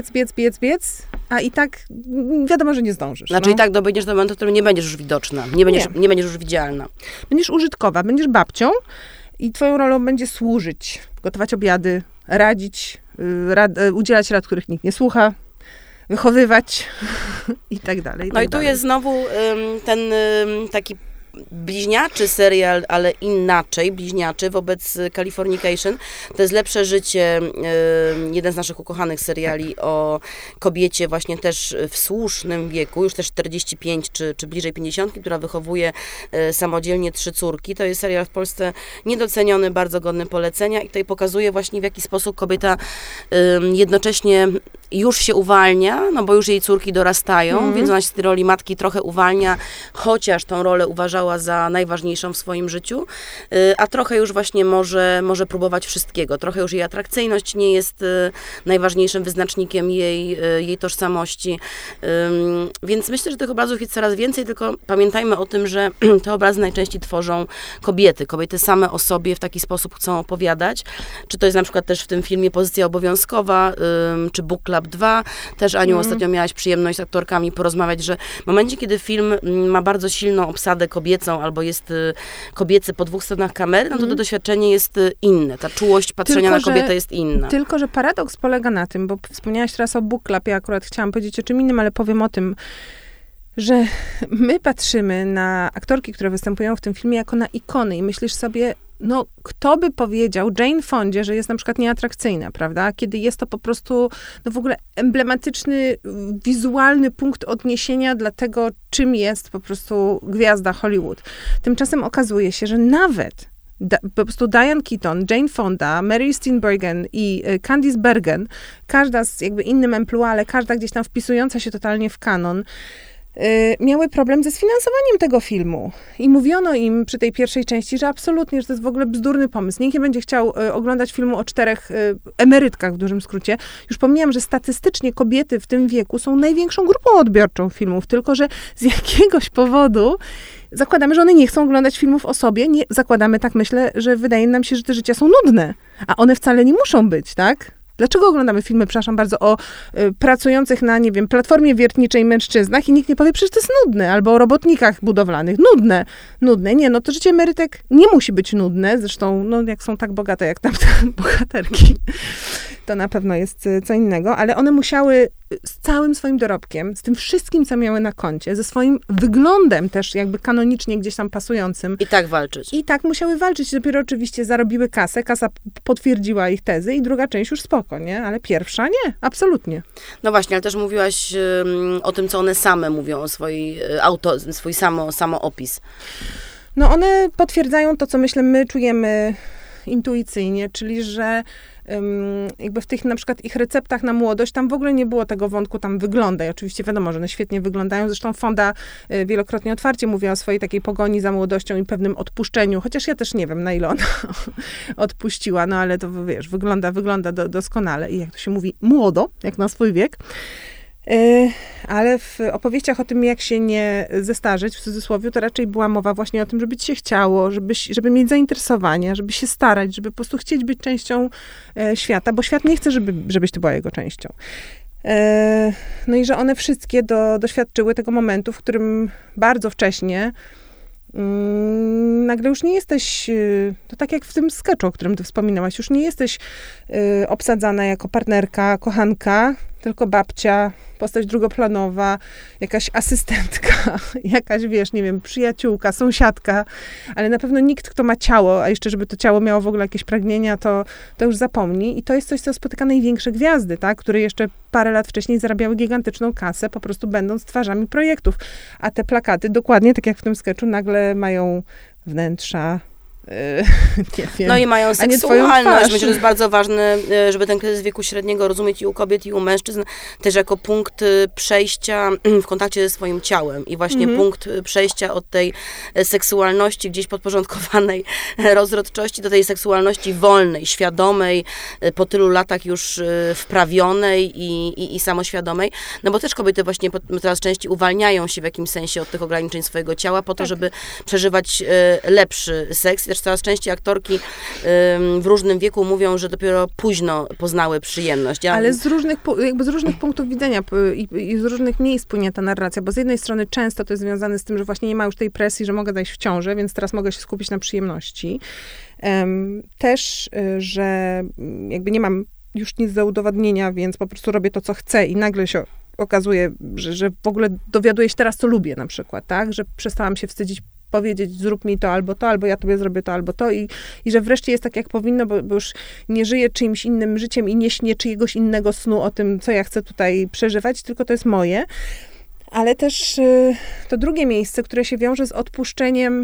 Speaker 1: biec, a i tak wiadomo, że nie zdążysz.
Speaker 2: Znaczy i tak dojdziesz do momentu, w którym nie będziesz już widoczna, nie będziesz już widzialna.
Speaker 1: Będziesz użytkowa, będziesz babcią i twoją rolą będzie służyć, gotować obiady, radzić, udzielać rad, których nikt nie słucha, wychowywać i tak dalej.
Speaker 2: No i tu jest znowu ten taki bliźniaczy serial, ale inaczej, bliźniaczy wobec Californication. To jest Lepsze życie, jeden z naszych ukochanych seriali o kobiecie właśnie też w słusznym wieku, już też 45 czy bliżej 50, która wychowuje samodzielnie 3 córki. To jest serial w Polsce niedoceniony, bardzo godny polecenia i tutaj pokazuje właśnie w jaki sposób kobieta jednocześnie już się uwalnia, no bo już jej córki dorastają, więc ona się z tej roli matki trochę uwalnia, chociaż tą rolę uważała za najważniejszą w swoim życiu, a trochę już właśnie może próbować wszystkiego. Trochę już jej atrakcyjność nie jest najważniejszym wyznacznikiem jej tożsamości. Więc myślę, że tych obrazów jest coraz więcej, tylko pamiętajmy o tym, że te obrazy najczęściej tworzą kobiety. Kobiety same o sobie w taki sposób chcą opowiadać. Czy to jest na przykład też w tym filmie Pozycja obowiązkowa, czy Book Club 2. Też, Aniu, ostatnio miałaś przyjemność z aktorkami porozmawiać, że w momencie, kiedy film ma bardzo silną obsadę kobiecą, albo jest kobiecy po dwóch stronach kamery, no to doświadczenie jest inne. Ta czułość patrzenia na kobietę jest inna.
Speaker 1: Tylko, że paradoks polega na tym, bo wspomniałaś teraz o Book Club, ja akurat chciałam powiedzieć o czym innym, ale powiem o tym, że my patrzymy na aktorki, które występują w tym filmie jako na ikony i myślisz sobie, no kto by powiedział Jane Fondzie, że jest na przykład nieatrakcyjna, prawda? Kiedy jest to po prostu, no w ogóle emblematyczny, wizualny punkt odniesienia dla tego, czym jest po prostu gwiazda Hollywood. Tymczasem okazuje się, że nawet po prostu Diane Keaton, Jane Fonda, Mary Steenburgen i Candice Bergen, każda z jakby innym emploi, ale każda gdzieś tam wpisująca się totalnie w kanon, miały problem ze sfinansowaniem tego filmu. I mówiono im przy tej pierwszej części, że absolutnie, że to jest w ogóle bzdurny pomysł. Nikt nie będzie chciał oglądać filmu o 4 emerytkach w dużym skrócie. Już pomijam, że statystycznie kobiety w tym wieku są największą grupą odbiorczą filmów, tylko że z jakiegoś powodu zakładamy, że one nie chcą oglądać filmów o sobie. Nie, zakładamy, tak myślę, że wydaje nam się, że te życia są nudne. A one wcale nie muszą być, tak? Dlaczego oglądamy filmy, przepraszam bardzo, o pracujących na, nie wiem, platformie wiertniczej mężczyznach i nikt nie powie, przecież to jest nudne, albo o robotnikach budowlanych. Nudne. Nie, no to życie emerytek nie musi być nudne, zresztą, no jak są tak bogate jak tamte bohaterki, to na pewno jest co innego, ale one musiały z całym swoim dorobkiem, z tym wszystkim, co miały na koncie, ze swoim wyglądem też jakby kanonicznie gdzieś tam pasującym.
Speaker 2: I tak walczyć.
Speaker 1: I tak musiały walczyć. Dopiero oczywiście zarobiły kasę, kasa potwierdziła ich tezy i druga część już spoko, nie? Ale pierwsza nie, absolutnie.
Speaker 2: No właśnie, ale też mówiłaś o tym, co one same mówią o swój samoopis.
Speaker 1: No one potwierdzają to, co myślę, my czujemy intuicyjnie, czyli że jakby w tych na przykład ich receptach na młodość, tam w ogóle nie było tego wątku, tam wygląda. I oczywiście wiadomo, że one świetnie wyglądają. Zresztą Fonda wielokrotnie otwarcie mówiła o swojej takiej pogoni za młodością i pewnym odpuszczeniu, chociaż ja też nie wiem, na ile ona odpuściła, no ale to wiesz, wygląda doskonale i jak to się mówi, młodo, jak na swój wiek. Ale w opowieściach o tym, jak się nie zestarzeć, w cudzysłowie, to raczej była mowa właśnie o tym, żeby ci się chciało, żeby mieć zainteresowania, żeby się starać, żeby po prostu chcieć być częścią świata, bo świat nie chce, żebyś ty była jego częścią. No i że one wszystkie doświadczyły tego momentu, w którym bardzo wcześnie nagle już nie jesteś, to tak jak w tym sketchu, o którym ty wspominałaś, już nie jesteś obsadzana jako partnerka, kochanka, tylko babcia, postać drugoplanowa, jakaś asystentka, jakaś, wiesz, nie wiem, przyjaciółka, sąsiadka, ale na pewno nikt, kto ma ciało, a jeszcze żeby to ciało miało w ogóle jakieś pragnienia, to już zapomni. I to jest coś, co spotyka największe gwiazdy, tak, które jeszcze parę lat wcześniej zarabiały gigantyczną kasę, po prostu będąc twarzami projektów. A te plakaty, dokładnie tak jak w tym sketchu, nagle mają wnętrza, nie wiem,
Speaker 2: no i mają seksualność. Myślę, że jest bardzo ważne, żeby ten kryzys wieku średniego rozumieć i u kobiet, i u mężczyzn, też jako punkt przejścia w kontakcie ze swoim ciałem. I właśnie punkt przejścia od tej seksualności gdzieś podporządkowanej rozrodczości do tej seksualności wolnej, świadomej, po tylu latach już wprawionej i samoświadomej. No bo też kobiety właśnie coraz częściej uwalniają się w jakimś sensie od tych ograniczeń swojego ciała po to, żeby przeżywać lepszy seks. Też coraz częściej aktorki w różnym wieku mówią, że dopiero późno poznały przyjemność.
Speaker 1: Ale z różnych punktów widzenia i z różnych miejsc płynie ta narracja, bo z jednej strony często to jest związane z tym, że właśnie nie ma już tej presji, że mogę zajść w ciążę, więc teraz mogę się skupić na przyjemności. Też, że jakby nie mam już nic do udowodnienia, więc po prostu robię to, co chcę i nagle się okazuje, że w ogóle dowiaduję się teraz, co lubię na przykład, tak? Że przestałam się wstydzić powiedzieć, zrób mi to, albo ja tobie zrobię to, albo to i że wreszcie jest tak, jak powinno, bo już nie żyję czyimś innym życiem i nie śnię czyjegoś innego snu o tym, co ja chcę tutaj przeżywać, tylko to jest moje. Ale też to drugie miejsce, które się wiąże z odpuszczeniem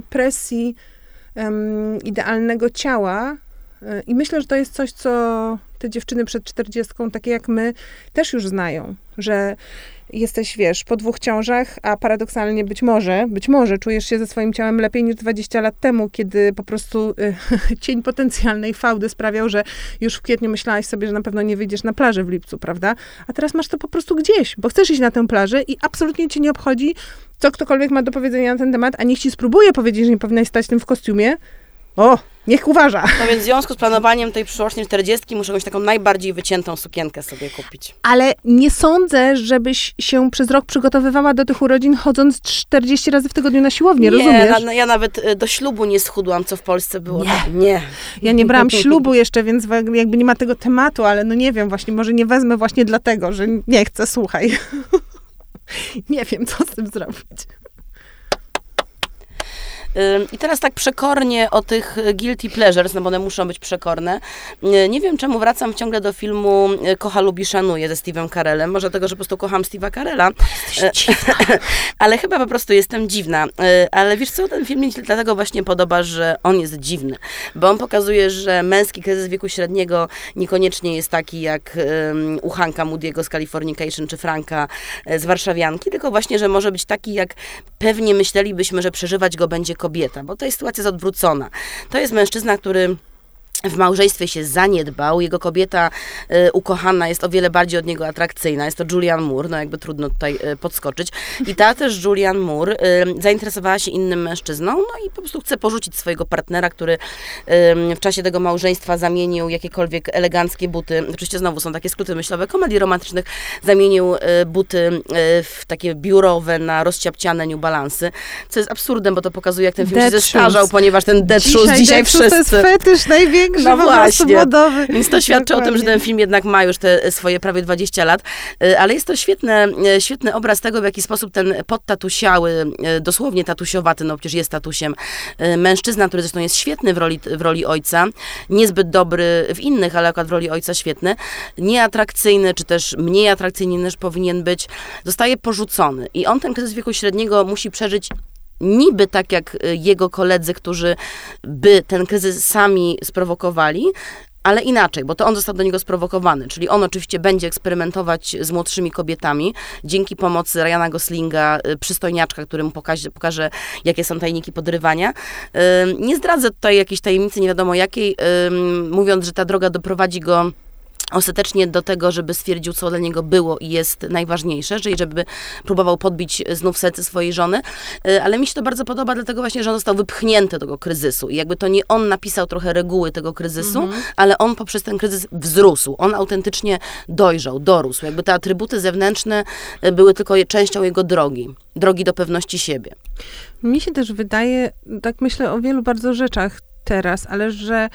Speaker 1: presji idealnego ciała i myślę, że to jest coś, te dziewczyny przed 40, takie jak my, też już znają, że jesteś, wiesz, po 2 ciążach, a paradoksalnie być może czujesz się ze swoim ciałem lepiej niż 20 lat temu, kiedy po prostu cień potencjalnej fałdy sprawiał, że już w kwietniu myślałaś sobie, że na pewno nie wyjdziesz na plażę w lipcu, prawda? A teraz masz to po prostu gdzieś, bo chcesz iść na tę plażę i absolutnie cię nie obchodzi, co ktokolwiek ma do powiedzenia na ten temat, a niech ci spróbuje powiedzieć, że nie powinnaś stać tym w kostiumie. O, niech uważa.
Speaker 2: No więc w związku z planowaniem tej przyszłorocznej 40 muszę jakąś taką najbardziej wyciętą sukienkę sobie kupić.
Speaker 1: Ale nie sądzę, żebyś się przez rok przygotowywała do tych urodzin, chodząc 40 razy w tygodniu na siłownię, rozumiesz?
Speaker 2: Ja nawet do ślubu nie schudłam, co w Polsce było.
Speaker 1: Nie. Ja nie brałam ślubu jeszcze, więc jakby nie ma tego tematu, ale no nie wiem, właśnie może nie wezmę właśnie dlatego, że nie chcę, słuchaj. Nie wiem, co z tym zrobić.
Speaker 2: I teraz tak przekornie o tych guilty pleasures, no bo one muszą być przekorne. Nie wiem, czemu wracam ciągle do filmu Kocha, lubi, szanuje ze Steve'em Carellem. Może dlatego, że po prostu kocham Steve'a Carella. Ale chyba po prostu jestem dziwna. Ale wiesz co, ten film mi się dlatego właśnie podoba, że on jest dziwny. Bo on pokazuje, że męski kryzys wieku średniego niekoniecznie jest taki jak u Hanka Moody'ego z Californication, czy Franka z Warszawianki, tylko właśnie, że może być taki, jak pewnie myślelibyśmy, że przeżywać go będzie kobieta, bo ta sytuacja jest odwrócona. To jest mężczyzna, który w małżeństwie się zaniedbał, jego kobieta ukochana jest o wiele bardziej od niego atrakcyjna, jest to Julianne Moore, no jakby trudno tutaj podskoczyć. I ta też Julianne Moore zainteresowała się innym mężczyzną, no i po prostu chce porzucić swojego partnera, który w czasie tego małżeństwa zamienił jakiekolwiek eleganckie buty, oczywiście znowu są takie skróty myślowe komedii romantycznych, zamienił buty w takie biurowe na rozciapciane New Balance'y, co jest absurdem, bo to pokazuje, jak ten film się zestarzał, ponieważ ten dead shoes dzisiaj wszyscy...
Speaker 1: To jest fetysz największy.
Speaker 2: No właśnie, więc to świadczy o tym, że ten film jednak ma już te swoje prawie 20 lat, ale jest to świetny obraz tego, w jaki sposób ten podtatusiały, dosłownie tatusiowaty, no przecież jest tatusiem, mężczyzna, który zresztą jest świetny w roli ojca, niezbyt dobry w innych, ale akurat w roli ojca świetny, nieatrakcyjny, czy też mniej atrakcyjny niż powinien być, zostaje porzucony i on ten kryzys wieku średniego musi przeżyć niby tak jak jego koledzy, którzy by ten kryzys sami sprowokowali, ale inaczej, bo to on został do niego sprowokowany, czyli on oczywiście będzie eksperymentować z młodszymi kobietami dzięki pomocy Ryana Goslinga, przystojniaczka, który mu pokaże, jakie są tajniki podrywania. Nie zdradzę tutaj jakiejś tajemnicy, nie wiadomo jakiej, mówiąc, że ta droga doprowadzi go ostatecznie do tego, żeby stwierdził, co dla niego było i jest najważniejsze, czyli żeby próbował podbić znów serce swojej żony, ale mi się to bardzo podoba, dlatego właśnie, że on został wypchnięty do tego kryzysu i jakby to nie on napisał trochę reguły tego kryzysu, ale on poprzez ten kryzys wzrósł, on autentycznie dojrzał, dorósł, jakby te atrybuty zewnętrzne były tylko częścią jego drogi do pewności siebie.
Speaker 1: Mi się też wydaje, tak myślę o wielu bardzo rzeczach teraz, ale że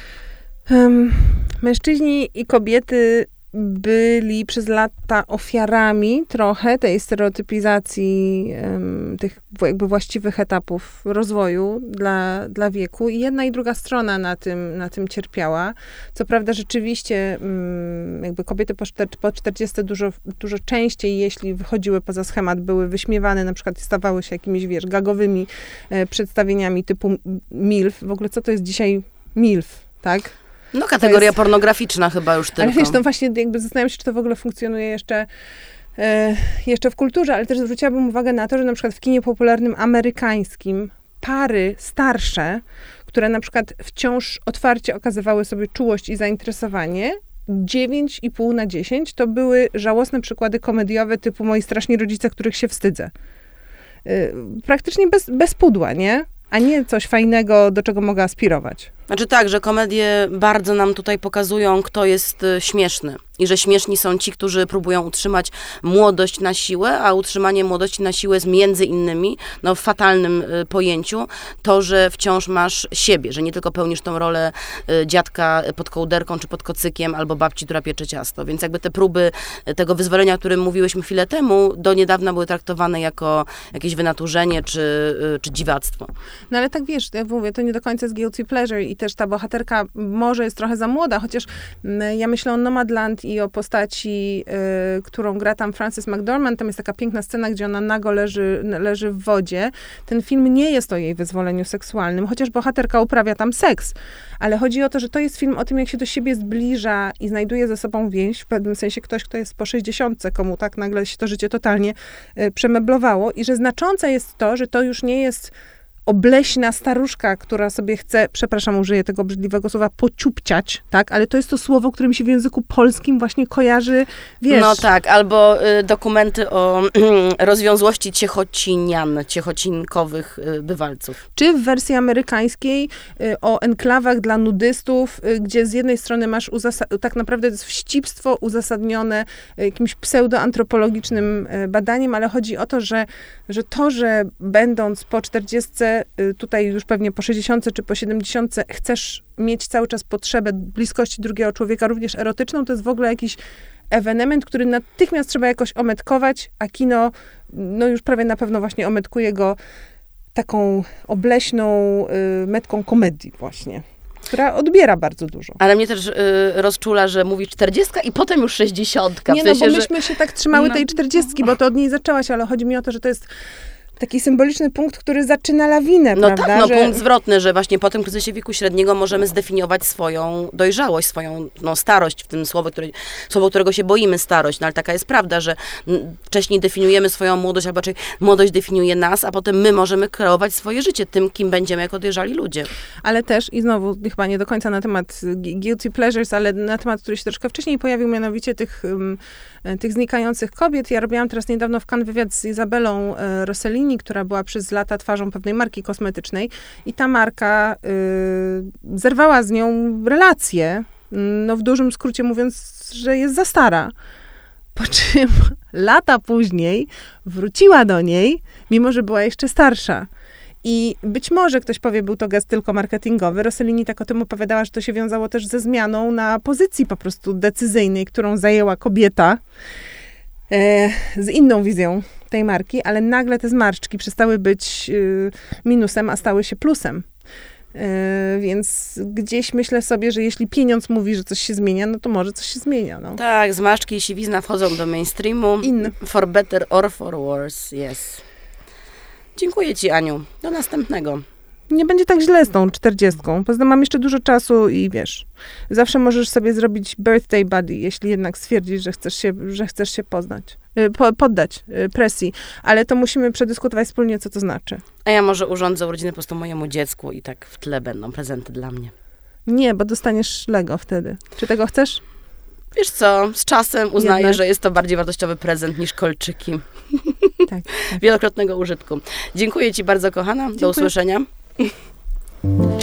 Speaker 1: mężczyźni i kobiety byli przez lata ofiarami trochę tej stereotypizacji tych jakby właściwych etapów rozwoju dla wieku i jedna i druga strona na tym cierpiała. Co prawda rzeczywiście jakby kobiety po 40 dużo częściej, jeśli wychodziły poza schemat, były wyśmiewane, na przykład stawały się jakimiś, wiesz, gagowymi przedstawieniami typu MILF. W ogóle co to jest dzisiaj MILF, tak?
Speaker 2: No kategoria pornograficzna chyba już tylko.
Speaker 1: Ale wiesz, no właśnie jakby zastanawiam się, czy to w ogóle funkcjonuje jeszcze w kulturze, ale też zwróciłabym uwagę na to, że na przykład w kinie popularnym amerykańskim pary starsze, które na przykład wciąż otwarcie okazywały sobie czułość i zainteresowanie, 9,5 na 10 to były żałosne przykłady komediowe typu Moi straszni rodzice, których się wstydzę. Praktycznie bez pudła, nie? A nie coś fajnego, do czego mogę aspirować.
Speaker 2: Znaczy tak, że komedie bardzo nam tutaj pokazują, kto jest śmieszny. I że śmieszni są ci, którzy próbują utrzymać młodość na siłę, a utrzymanie młodości na siłę jest między innymi, no w fatalnym pojęciu, to, że wciąż masz siebie, że nie tylko pełnisz tą rolę dziadka pod kołderką czy pod kocykiem, albo babci, która piecze ciasto. Więc jakby te próby tego wyzwolenia, o którym mówiłyśmy chwilę temu, do niedawna były traktowane jako jakieś wynaturzenie czy dziwactwo.
Speaker 1: No ale tak wiesz, ja mówię, to nie do końca jest guilty pleasure i i też ta bohaterka może jest trochę za młoda, chociaż ja myślę o Nomadland i o postaci, którą gra tam Frances McDormand. Tam jest taka piękna scena, gdzie ona nago leży w wodzie. Ten film nie jest o jej wyzwoleniu seksualnym, chociaż bohaterka uprawia tam seks. Ale chodzi o to, że to jest film o tym, jak się do siebie zbliża i znajduje ze sobą więź. W pewnym sensie ktoś, kto jest po 60, komu tak nagle się to życie totalnie przemeblowało. I że znaczące jest to, że to już nie jest obleśna staruszka, która sobie chce, przepraszam, użyję tego obrzydliwego słowa, pociupciać, tak? Ale to jest to słowo, którym się w języku polskim właśnie kojarzy, wiesz.
Speaker 2: No tak, albo dokumenty o rozwiązłości ciechocinkowych bywalców.
Speaker 1: Czy w wersji amerykańskiej o enklawach dla nudystów, gdzie z jednej strony masz tak naprawdę to jest wścibstwo uzasadnione jakimś pseudoantropologicznym badaniem, ale chodzi o to, że będąc po 40, tutaj już pewnie po 60 czy po 70 chcesz mieć cały czas potrzebę bliskości drugiego człowieka, również erotyczną, to jest w ogóle jakiś ewenement, który natychmiast trzeba jakoś ometkować, a kino już prawie na pewno właśnie ometkuje go taką obleśną metką komedii właśnie, która odbiera bardzo dużo.
Speaker 2: Ale mnie też rozczula, że mówi 40 i potem już 60.
Speaker 1: Nie, bo myśmy się tak trzymały tej 40, bo to od niej zaczęłaś, ale chodzi mi o to, że to jest taki symboliczny punkt, który zaczyna lawinę,
Speaker 2: no
Speaker 1: prawda?
Speaker 2: Tak, punkt zwrotny, że właśnie po tym kryzysie wieku średniego możemy zdefiniować swoją dojrzałość, swoją starość, w tym słowo, którego się boimy, starość. No ale taka jest prawda, że wcześniej definiujemy swoją młodość, albo raczej młodość definiuje nas, a potem my możemy kreować swoje życie tym, kim będziemy jako dojrzali ludzie.
Speaker 1: Ale też, i znowu chyba nie do końca na temat guilty pleasures, ale na temat, który się troszkę wcześniej pojawił, mianowicie tych znikających kobiet. Ja robiłam teraz niedawno w Cannes wywiad z Izabelą Rossellini, która była przez lata twarzą pewnej marki kosmetycznej i ta marka zerwała z nią relację, w dużym skrócie mówiąc, że jest za stara. Po czym lata później wróciła do niej, mimo że była jeszcze starsza. I być może ktoś powie, był to gest tylko marketingowy. Rossellini tak o tym opowiadała, że to się wiązało też ze zmianą na pozycji po prostu decyzyjnej, którą zajęła kobieta z inną wizją tej marki, ale nagle te zmarszczki przestały być minusem, a stały się plusem. Więc gdzieś myślę sobie, że jeśli pieniądz mówi, że coś się zmienia, no to może coś się zmienia. No.
Speaker 2: Tak, zmarszczki i siwizna wchodzą do mainstreamu. For better or for worse, yes. Dziękuję ci, Aniu. Do następnego.
Speaker 1: Nie będzie tak źle z tą 40. Poza tym mam jeszcze dużo czasu i wiesz, zawsze możesz sobie zrobić birthday buddy, jeśli jednak stwierdzisz, że chcesz się poddać presji. Ale to musimy przedyskutować wspólnie, co to znaczy.
Speaker 2: A ja może urządzę urodziny po prostu mojemu dziecku i tak w tle będą prezenty dla mnie.
Speaker 1: Nie, bo dostaniesz Lego wtedy. Czy tego chcesz?
Speaker 2: Wiesz co, z czasem uznaję, że jest to bardziej wartościowy prezent niż kolczyki.
Speaker 1: Tak.
Speaker 2: Wielokrotnego użytku. Dziękuję ci bardzo, kochana. Do usłyszenia.